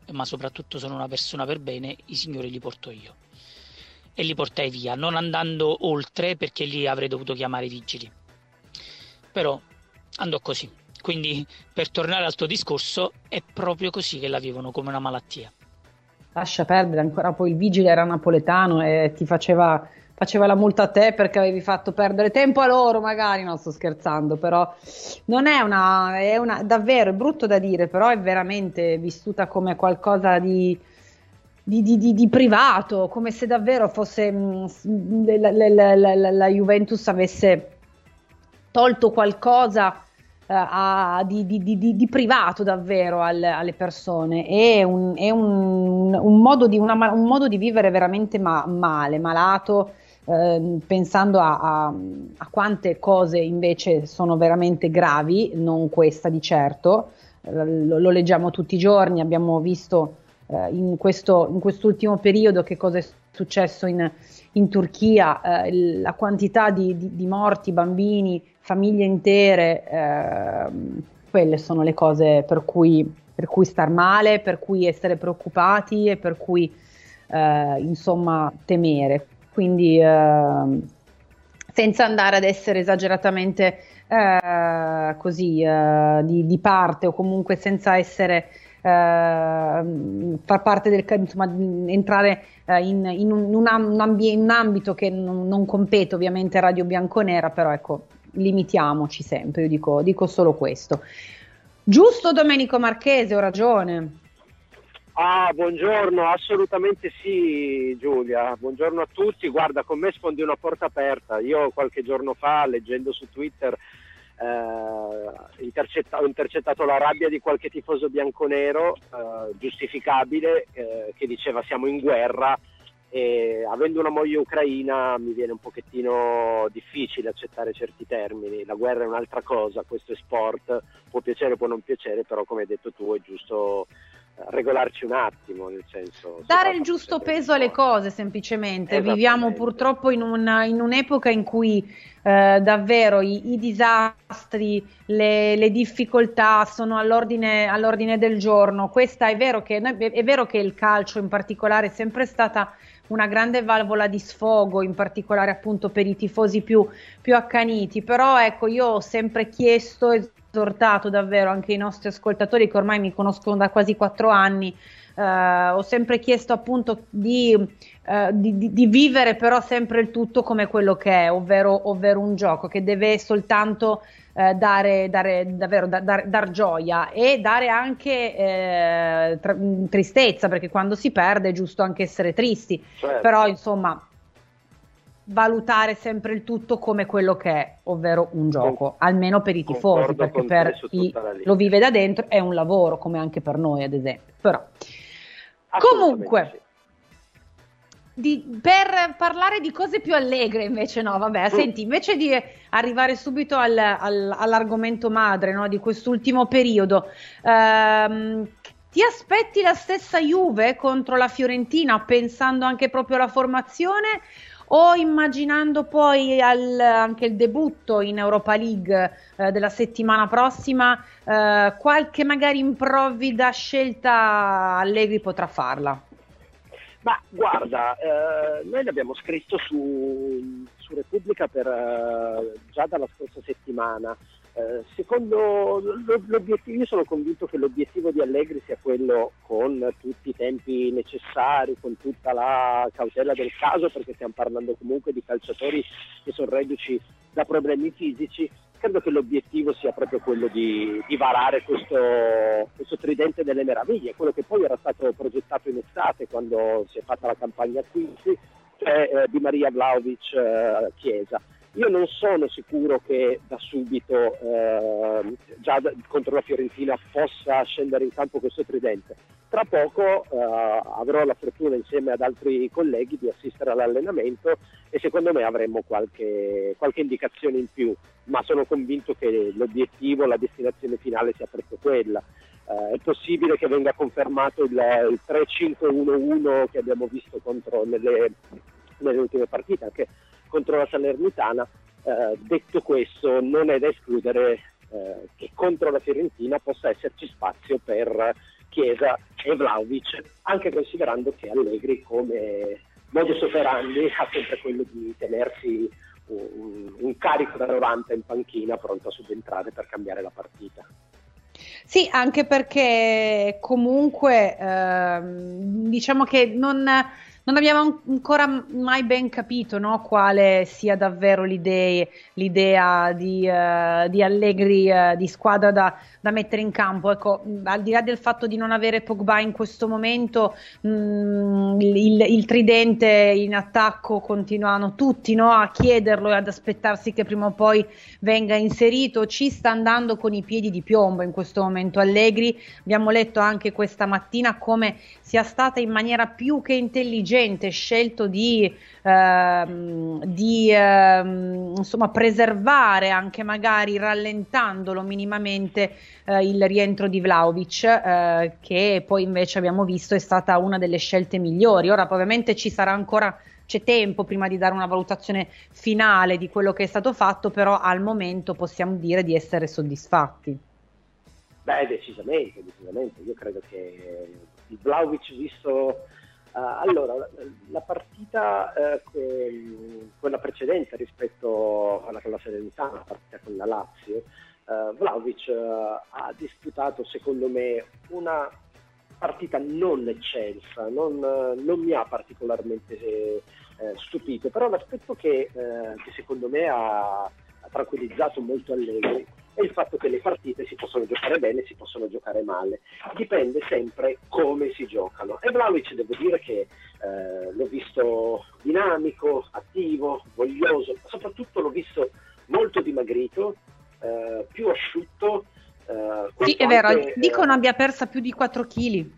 ma soprattutto sono una persona per bene, i signori li porto io. E li portai via, non andando oltre perché lì avrei dovuto chiamare i vigili. Però andò così. Quindi, per tornare al tuo discorso, è proprio così che la vivono, come una malattia. Lascia perdere, ancora poi il vigile era napoletano e ti faceva, faceva la multa a te perché avevi fatto perdere tempo a loro, magari, no, sto scherzando, però non è una, è una, davvero, è brutto da dire, però è veramente vissuta come qualcosa di, di, di, di, di privato, come se davvero fosse mh, la, la, la, la, la Juventus avesse tolto qualcosa A, di, di, di, di privato davvero al, alle persone. È, un, è un, un, modo di, una, un modo di vivere veramente ma, male, malato, eh, pensando a, a, a quante cose invece sono veramente gravi, non questa di certo, eh, lo, lo leggiamo tutti i giorni, abbiamo visto eh, in, questo, in quest'ultimo periodo che cosa è successo in, in Turchia, eh, la quantità di, di, di morti, bambini, famiglie intere, eh, quelle sono le cose per cui, per cui star male, per cui essere preoccupati e per cui eh, insomma temere. Quindi eh, senza andare ad essere esageratamente eh, così eh, di, di parte, o comunque senza essere eh, far parte del, insomma, entrare eh, in, in, un, un, un, ambi- un ambito che non, non compete ovviamente a Radio Bianconera, però ecco, limitiamoci sempre, io dico, dico solo questo. Giusto, Domenico Marchese, ho ragione? Ah, buongiorno, assolutamente sì, Giulia, buongiorno a tutti. Guarda, con me sfondi una porta aperta. Io qualche giorno fa, leggendo su Twitter, eh, intercetta- ho intercettato la rabbia di qualche tifoso bianconero, eh, giustificabile, eh, che diceva siamo in guerra. E avendo una moglie ucraina mi viene un pochettino difficile accettare certi termini. La guerra è un'altra cosa, questo è sport, può piacere, può non piacere, però come hai detto tu è giusto regolarci un attimo, nel senso dare il giusto peso alle cose, semplicemente. Viviamo purtroppo in, una, in un'epoca in cui eh, davvero i, i disastri, le, le difficoltà sono all'ordine, all'ordine del giorno. Questa è vero che è vero che il calcio in particolare è sempre stata una grande valvola di sfogo, in particolare appunto per i tifosi più, più accaniti, però ecco, io ho sempre chiesto, esortato davvero anche i nostri ascoltatori che ormai mi conoscono da quasi quattro anni, eh, ho sempre chiesto appunto di, eh, di, di, di vivere però sempre il tutto come quello che è, ovvero, ovvero un gioco che deve soltanto eh, dare, dare davvero da, dar, dar gioia e dare anche eh, tra, tristezza, perché quando si perde è giusto anche essere tristi, certo. Però insomma valutare sempre il tutto come quello che è, ovvero un gioco, con, almeno per i tifosi, perché per chi lo vive da dentro è un lavoro, come anche per noi ad esempio. Però comunque sì. Di, per parlare di cose più allegre invece no, vabbè, mm. Senti, invece di arrivare subito al, al, all'argomento madre, no, di quest'ultimo periodo, ehm, ti aspetti la stessa Juve contro la Fiorentina, pensando anche proprio alla formazione, o immaginando poi al, anche il debutto in Europa League eh, della settimana prossima, eh, qualche magari improvvida scelta Allegri potrà farla? Ma guarda, eh, noi l'abbiamo scritto su, su Repubblica per, eh, già dalla scorsa settimana. Eh, secondo l'obiettivo, io sono convinto che l'obiettivo di Allegri sia quello, con tutti i tempi necessari, con tutta la cautela del caso, perché stiamo parlando comunque di calciatori che sono reduci da problemi fisici. Credo che l'obiettivo sia proprio quello di, di varare questo, questo tridente delle meraviglie, quello che poi era stato progettato in estate quando si è fatta la campagna acquisti, cioè eh, Di Maria, Vlahovic, eh, Chiesa. Io non sono sicuro che da subito, eh, già da, contro la Fiorentina, possa scendere in campo questo tridente. Tra poco eh, avrò la fortuna, insieme ad altri colleghi, di assistere all'allenamento e secondo me avremo qualche, qualche indicazione in più, ma sono convinto che l'obiettivo, la destinazione finale sia proprio quella. Eh, è possibile che venga confermato il, il tre cinque uno uno che abbiamo visto contro nelle, nelle ultime partite, anche contro la Salernitana. Eh, detto questo, non è da escludere eh, che contro la Fiorentina possa esserci spazio per Chiesa e Vlahovic, anche considerando che Allegri come modus operandi ha sempre quello di tenersi un, un carico da novanta in panchina pronto a subentrare per cambiare la partita. Sì, anche perché comunque ehm, diciamo che non, non abbiamo ancora mai ben capito, no, quale sia davvero l'idea, l'idea di, uh, di Allegri, uh, di squadra da, da mettere in campo. Ecco, al di là del fatto di non avere Pogba in questo momento, mh, il, il tridente in attacco continuano tutti, no, a chiederlo e ad aspettarsi che prima o poi venga inserito. Ci sta andando con i piedi di piombo in questo momento Allegri. Abbiamo letto anche questa mattina come sia stata in maniera più che intelligente scelto di, ehm, di ehm, insomma preservare, anche magari rallentandolo minimamente, eh, il rientro di Vlahovic, eh, che poi invece abbiamo visto è stata una delle scelte migliori. Ora ovviamente ci sarà ancora c'è tempo prima di dare una valutazione finale di quello che è stato fatto, però al momento possiamo dire di essere soddisfatti. Beh, decisamente, decisamente. Io credo che il Vlahovic visto... Uh, allora, la partita, uh, que- quella precedente rispetto alla, alla Salernitana, la partita con la Lazio, uh, Vlahovic uh, ha disputato secondo me una partita non eccelsa, non, uh, non mi ha particolarmente eh, stupito, però l'aspetto che, uh, che secondo me ha, ha tranquillizzato molto Allegri è il fatto che le partite si possono giocare bene, si possono giocare male, dipende sempre come si giocano. E Vlahovic devo dire che eh, l'ho visto dinamico, attivo, voglioso, ma soprattutto l'ho visto molto dimagrito, eh, più asciutto. Eh, sì, è vero, anche, dicono eh, abbia persa più di quattro chili.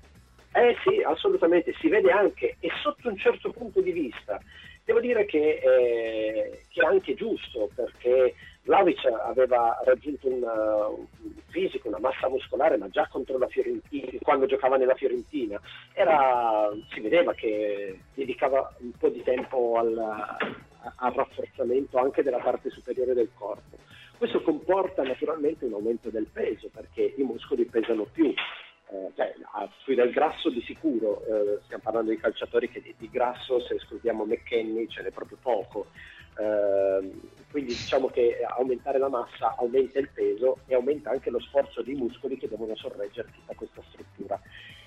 Eh sì, assolutamente, si vede anche, e sotto un certo punto di vista, devo dire che, eh, che è anche giusto, perché Vlahovic aveva raggiunto un, uh, un fisico, una massa muscolare, ma già contro la Fiorentina, quando giocava nella Fiorentina, era, si vedeva che dedicava un po' di tempo al, al rafforzamento anche della parte superiore del corpo. Questo comporta naturalmente un aumento del peso, perché i muscoli pesano più. Eh, cioè, sui del grasso di sicuro, eh, stiamo parlando di calciatori che di, di grasso, se escludiamo McKennie, ce n'è proprio poco. Eh, quindi diciamo che aumentare la massa aumenta il peso e aumenta anche lo sforzo dei muscoli che devono sorreggere tutta questa struttura.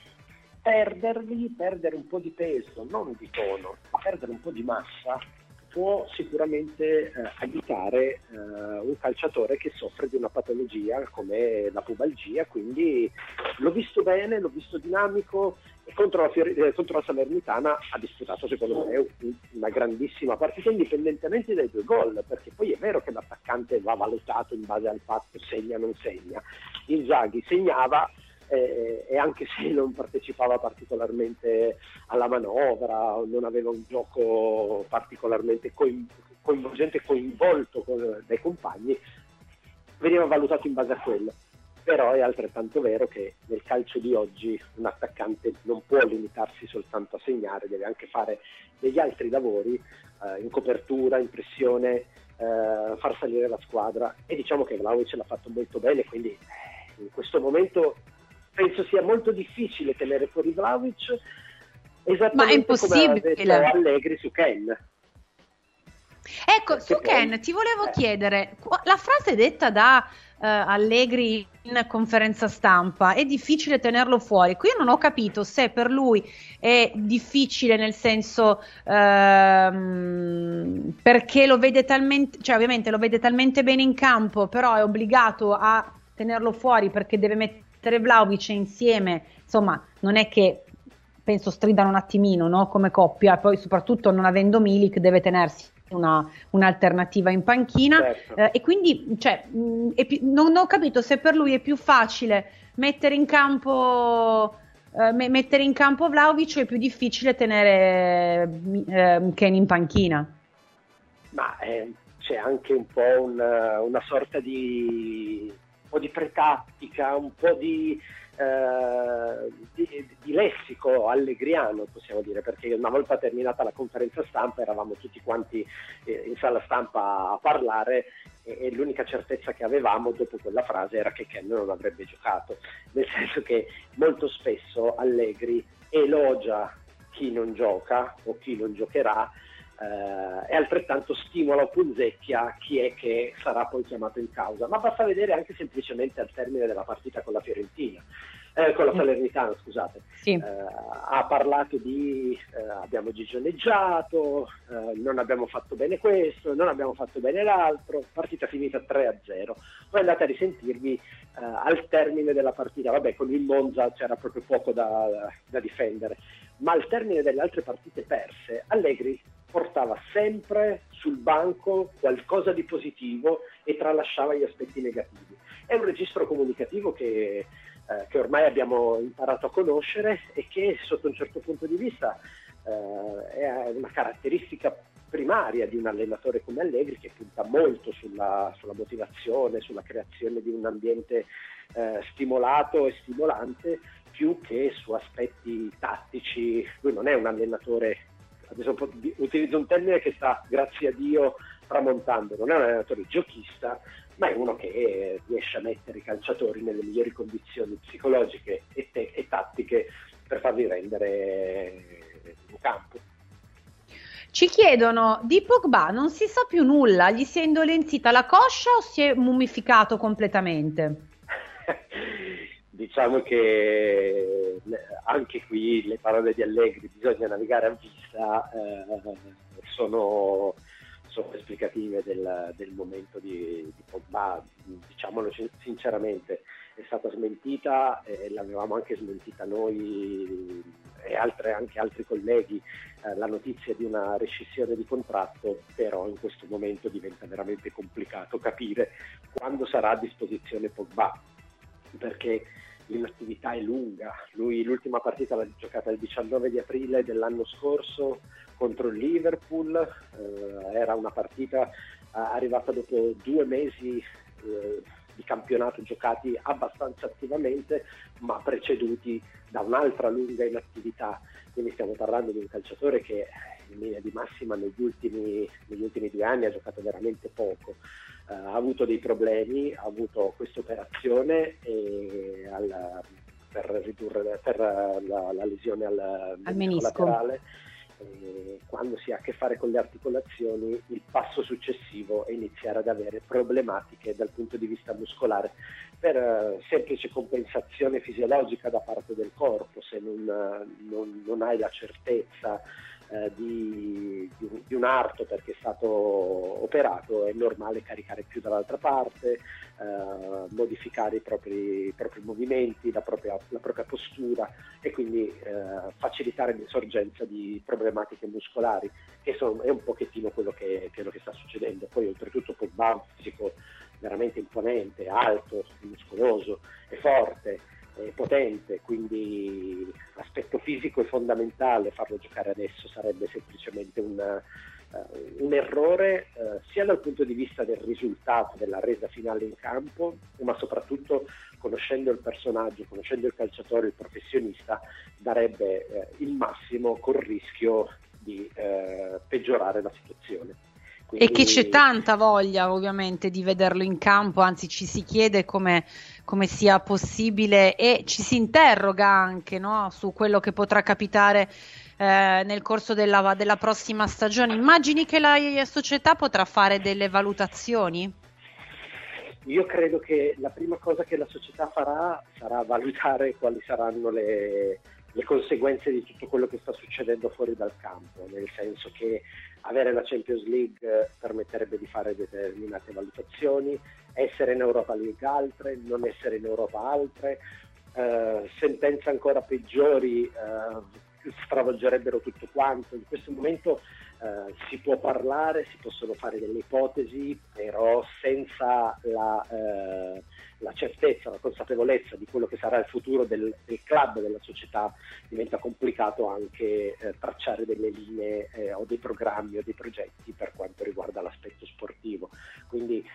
Perderli, perdere un po' di peso, non di tono, ma perdere un po' di massa può sicuramente eh, aiutare eh, un calciatore che soffre di una patologia come la pubalgia, quindi l'ho visto bene, l'ho visto dinamico, e contro la, Fior- eh, contro la Salernitana ha disputato secondo me un, una grandissima partita, indipendentemente dai due gol, perché poi è vero che l'attaccante va valutato in base al fatto segna o non segna. Inzaghi segnava, Eh, e anche se non partecipava particolarmente alla manovra, non aveva un gioco particolarmente coin- coinvolgente, coinvolto con, dai compagni, veniva valutato in base a quello. Però è altrettanto vero che nel calcio di oggi un attaccante non può limitarsi soltanto a segnare, deve anche fare degli altri lavori eh, in copertura, in pressione, eh, far salire la squadra, e diciamo che Vlahovic l'ha fatto molto bene, quindi eh, in questo momento penso sia molto difficile tenere fuori Vlahovic, esattamente ma è impossibile. Come ha detto Allegri su Ken. Ecco, Perché su poi, Ken ti volevo eh. chiedere, la frase detta da uh, Allegri in conferenza stampa, è difficile tenerlo fuori. Qui io non ho capito se per lui è difficile nel senso ehm, perché lo vede talmente, cioè ovviamente lo vede talmente bene in campo, però è obbligato a tenerlo fuori perché deve mettere Vlahovic insieme, insomma non è che penso stridano un attimino, no? Come coppia, poi soprattutto non avendo Milik deve tenersi una, un'alternativa in panchina, certo. eh, e quindi cioè, mh, è più, non ho capito se per lui è più facile mettere in campo eh, me, mettere in campo Vlahovic o è più difficile tenere eh, Ken in panchina. Ma eh, c'è anche un po' una, una sorta di un po' di pretattica, un po' di eh, di, di lessico allegriano, possiamo dire, perché una volta terminata la conferenza stampa eravamo tutti quanti eh, in sala stampa a parlare e, e l'unica certezza che avevamo dopo quella frase era che Ken non avrebbe giocato, nel senso che molto spesso Allegri elogia chi non gioca o chi non giocherà, eh, e altrettanto stimola o punzecchia chi è che sarà poi chiamato in causa. Ma basta vedere anche semplicemente al termine della partita con la Fiorentina, eh, con la Salernitana, scusate. Sì. Eh, ha parlato di eh, abbiamo gigioneggiato, eh, non abbiamo fatto bene questo, non abbiamo fatto bene l'altro, partita finita tre a zero. Poi andate a risentirvi eh, al termine della partita, vabbè, con il Monza c'era proprio poco da, da difendere, ma al termine delle altre partite perse Allegri portava sempre sul banco qualcosa di positivo e tralasciava gli aspetti negativi. È un registro comunicativo che, eh, che ormai abbiamo imparato a conoscere e che sotto un certo punto di vista eh, è una caratteristica primaria di un allenatore come Allegri, che punta molto sulla, sulla motivazione, sulla creazione di un ambiente eh, stimolato e stimolante, più che su aspetti tattici. Lui non è un allenatore, adesso utilizzo un termine che sta, grazie a Dio, tramontando, non è un allenatore giochista, ma è uno che riesce a mettere i calciatori nelle migliori condizioni psicologiche e, te- e tattiche per farli rendere in campo. Ci chiedono di Pogba, non si sa più nulla, gli si è indolenzita la coscia o si è mummificato completamente? Diciamo che anche qui le parole di Allegri, bisogna navigare a vista, eh, sono, sono esplicative del, del momento di, di Pogba. Diciamolo sinceramente, è stata smentita e l'avevamo anche smentita noi e altre, anche altri colleghi, eh, la notizia di una rescissione di contratto, però in questo momento diventa veramente complicato capire quando sarà a disposizione Pogba, perché l'inattività è lunga. Lui l'ultima partita l'ha giocata il diciannove di aprile dell'anno scorso contro il Liverpool, eh, era una partita eh, arrivata dopo due mesi eh, di campionato giocati abbastanza attivamente, ma preceduti da un'altra lunga inattività. Quindi stiamo parlando di un calciatore che in linea di massima negli ultimi, negli ultimi due anni ha giocato veramente poco. Uh, ha avuto dei problemi, ha avuto questa operazione e al, per ridurre per la, la lesione al, al menisco laterale. E quando si ha a che fare con le articolazioni, il passo successivo è iniziare ad avere problematiche dal punto di vista muscolare per uh, semplice compensazione fisiologica da parte del corpo. Se non, uh, non, non hai la certezza uh, di, di, un, di un arto perché è stato operato, è normale caricare più dall'altra parte, uh, modificare i propri, i propri movimenti, la propria, la propria postura, e quindi uh, facilitare l'insorgenza di problematiche muscolari, che sono, è un pochettino quello che, quello che sta succedendo. Poi oltretutto Pogba è un fisico veramente imponente, alto, muscoloso, è forte, è potente, quindi l'aspetto fisico è fondamentale. Farlo giocare adesso sarebbe semplicemente un, uh, un errore, uh, sia dal punto di vista del risultato, della resa finale in campo, ma soprattutto, conoscendo il personaggio, conoscendo il calciatore, il professionista, darebbe eh, il massimo col rischio di eh, peggiorare la situazione. Quindi... E che c'è tanta voglia ovviamente di vederlo in campo, anzi ci si chiede come, come sia possibile e ci si interroga anche, no, su quello che potrà capitare eh, nel corso della, della prossima stagione. Immagini che la società potrà fare delle valutazioni? Io credo che la prima cosa che la società farà sarà valutare quali saranno le, le conseguenze di tutto quello che sta succedendo fuori dal campo, nel senso che avere la Champions League permetterebbe di fare determinate valutazioni, essere in Europa League altre, non essere in Europa altre, eh, sentenze ancora peggiori eh, stravolgerebbero tutto quanto. In questo momento Uh, si può parlare, si possono fare delle ipotesi, però senza la, uh, la certezza, la consapevolezza di quello che sarà il futuro del, del club, della società, diventa complicato anche uh, tracciare delle linee uh, o dei programmi o dei progetti per quanto riguarda l'aspetto sportivo. Quindi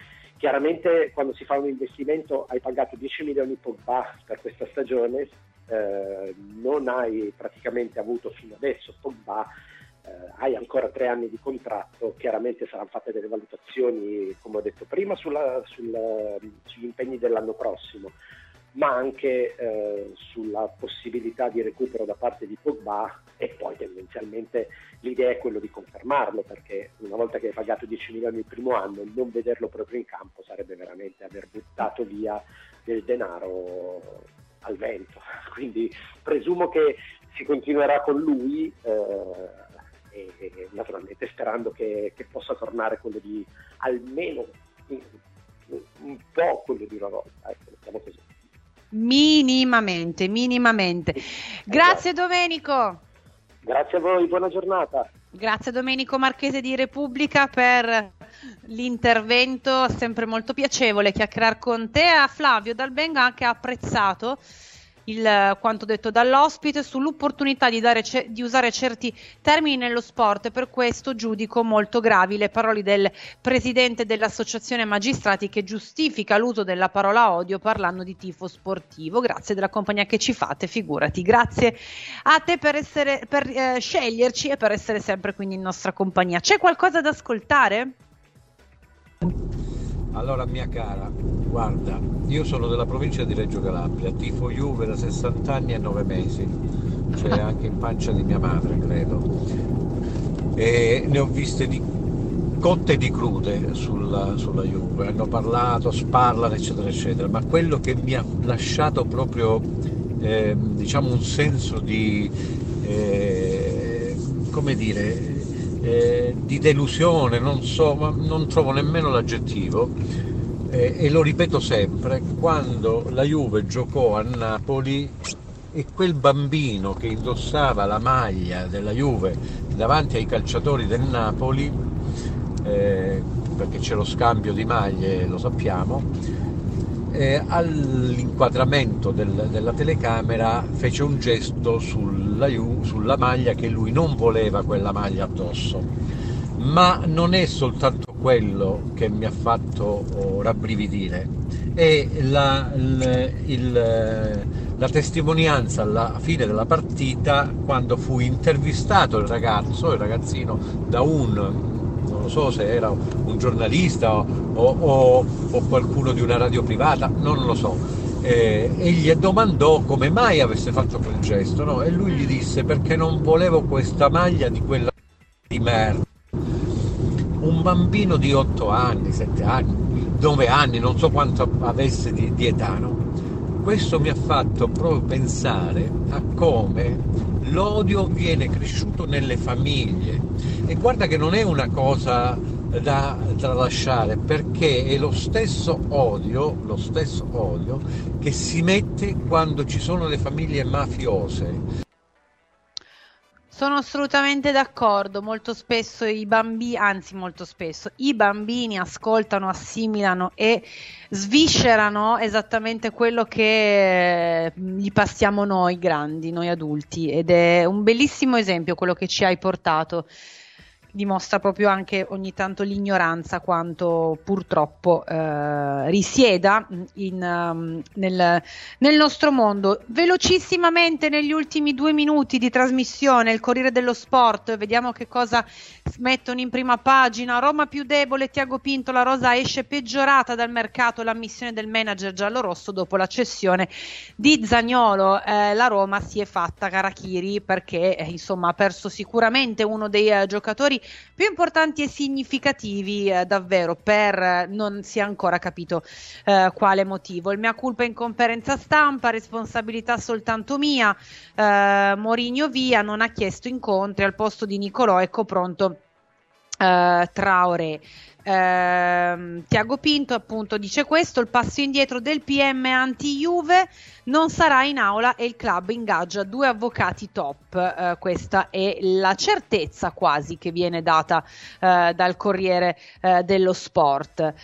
chiaramente quando si fa un investimento hai pagato dieci milioni Pogba per questa stagione, eh, non hai praticamente avuto fino adesso Pogba, eh, hai ancora tre anni di contratto, chiaramente saranno fatte delle valutazioni, come ho detto prima, sulla, sulla, sugli impegni dell'anno prossimo, ma anche eh, sulla possibilità di recupero da parte di Pogba, e poi tendenzialmente l'idea è quello di confermarlo, perché una volta che hai pagato dieci milioni il primo anno, non vederlo proprio in campo sarebbe veramente aver buttato via del denaro al vento. Quindi presumo che si continuerà con lui, eh, e, e naturalmente sperando che, che possa tornare quello di almeno un, un po' quello di una volta, ecco, diciamo così. Minimamente, minimamente. Grazie Esatto. Domenico. Grazie a voi, buona giornata. Grazie Domenico Marchese di Repubblica per l'intervento, sempre molto piacevole chiacchierare con te. A Flavio Dalbenga anche ha apprezzato il quanto detto dall'ospite sull'opportunità di, dare, di usare certi termini nello sport, e per questo giudico molto gravi le parole del presidente dell'associazione magistrati, che giustifica l'uso della parola odio parlando di tifo sportivo. Grazie della compagnia che ci fate, figurati. Grazie a te per, essere, per eh, sceglierci e per essere sempre quindi in nostra compagnia. C'è qualcosa da ascoltare? Allora, mia cara, guarda, io sono della provincia di Reggio Calabria, tifo Juve da sessanta anni e nove mesi, cioè anche in pancia di mia madre, credo, e ne ho viste di cotte e di crude sulla, sulla Juve, hanno parlato, sparlano, eccetera, eccetera, ma quello che mi ha lasciato proprio, eh, diciamo, un senso di, eh, come dire, Eh, di delusione, non so, ma non trovo nemmeno l'aggettivo, eh, e lo ripeto sempre, quando la Juve giocò a Napoli e quel bambino che indossava la maglia della Juve davanti ai calciatori del Napoli, eh, perché c'è lo scambio di maglie, lo sappiamo, eh, all'inquadramento del, della telecamera fece un gesto sulla, sulla maglia, che lui non voleva quella maglia addosso. Ma non è soltanto quello che mi ha fatto oh, rabbrividire, è la, il, il, la testimonianza alla fine della partita, quando fu intervistato il ragazzo, il ragazzino, da un, non lo so se era un giornalista o, o, o qualcuno di una radio privata, non lo so, eh, e gli domandò come mai avesse fatto quel gesto, no? E lui gli disse: perché non volevo questa maglia di quella di merda. Un bambino di otto anni, sette anni, nove anni, non so quanto avesse di, di età, no? Questo mi ha fatto proprio pensare a come l'odio viene cresciuto nelle famiglie, e guarda che non è una cosa da tralasciare, perché è lo stesso odio, lo stesso odio che si mette quando ci sono le famiglie mafiose. Sono assolutamente d'accordo. Molto spesso i bambini, anzi molto spesso i bambini ascoltano, assimilano e sviscerano esattamente quello che gli passiamo noi grandi, noi adulti, ed è un bellissimo esempio quello che ci hai portato. Dimostra proprio anche ogni tanto l'ignoranza quanto purtroppo eh, risieda in, um, nel, nel nostro mondo. Velocissimamente, negli ultimi due minuti di trasmissione, il Corriere dello Sport, vediamo che cosa mettono in prima pagina. Roma più debole, Tiago Pinto, la rosa esce peggiorata dal mercato, l'ammissione del manager giallorosso dopo la cessione di Zaniolo. Eh, la Roma si è fatta Karachiri perché eh, insomma ha perso sicuramente uno dei eh, giocatori più importanti e significativi, eh, davvero, per eh, non si è ancora capito eh, quale motivo. Il mea culpa in conferenza stampa, responsabilità soltanto mia, eh, Mourinho via, non ha chiesto incontri al posto di Nicolò, ecco pronto eh, Traoré. Eh, Tiago Pinto appunto dice questo: il passo indietro del P M anti-Juve non sarà in aula e il club ingaggia due avvocati top. Eh, questa è la certezza quasi che viene data eh, dal Corriere eh, dello Sport.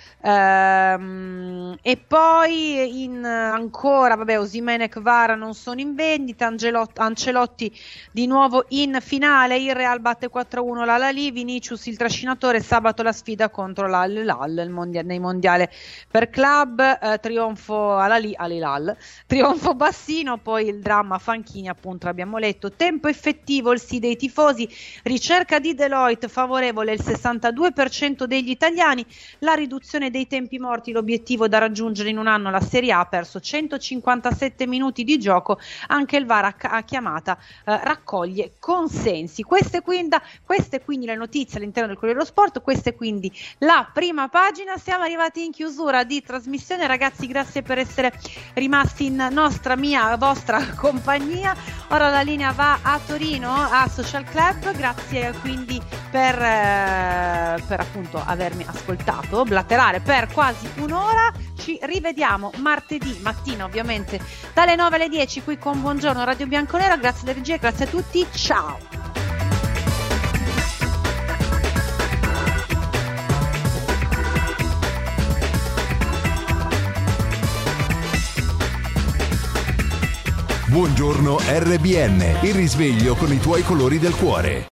Ehm, e poi in, ancora vabbè, Osimhen e Kvara non sono in vendita, Angelot- Ancelotti di nuovo in finale, il Real batte quattro a uno l'Al-Ahly, Vinicius il trascinatore, sabato la sfida con contro l'Al-Hilal mondia- nei mondiali per club, eh, trionfo all'Al-Hilal, trionfo Bassino, poi il dramma Fanchini, appunto abbiamo letto. Tempo effettivo, il sì dei tifosi, ricerca di Deloitte favorevole il sessantadue per cento degli italiani, la riduzione dei tempi morti, l'obiettivo da raggiungere in un anno. La Serie A ha perso centocinquantasette minuti di gioco, anche il V A R a, a chiamata eh, raccoglie consensi. Queste quindi, queste quindi le notizie all'interno del Corriere dello Sport, questa è quindi la prima pagina. Siamo arrivati in chiusura di trasmissione, ragazzi, grazie per essere rimasti in nostra, mia, vostra compagnia. Ora la linea va a Torino, a Social Club, grazie quindi per, eh, per appunto avermi ascoltato, blaterare per quasi un'ora. Ci rivediamo martedì mattina, ovviamente dalle nove alle dieci qui con Buongiorno Radio Bianconera. Grazie alla regia, grazie a tutti, ciao. Buongiorno R B N, il risveglio con i tuoi colori del cuore.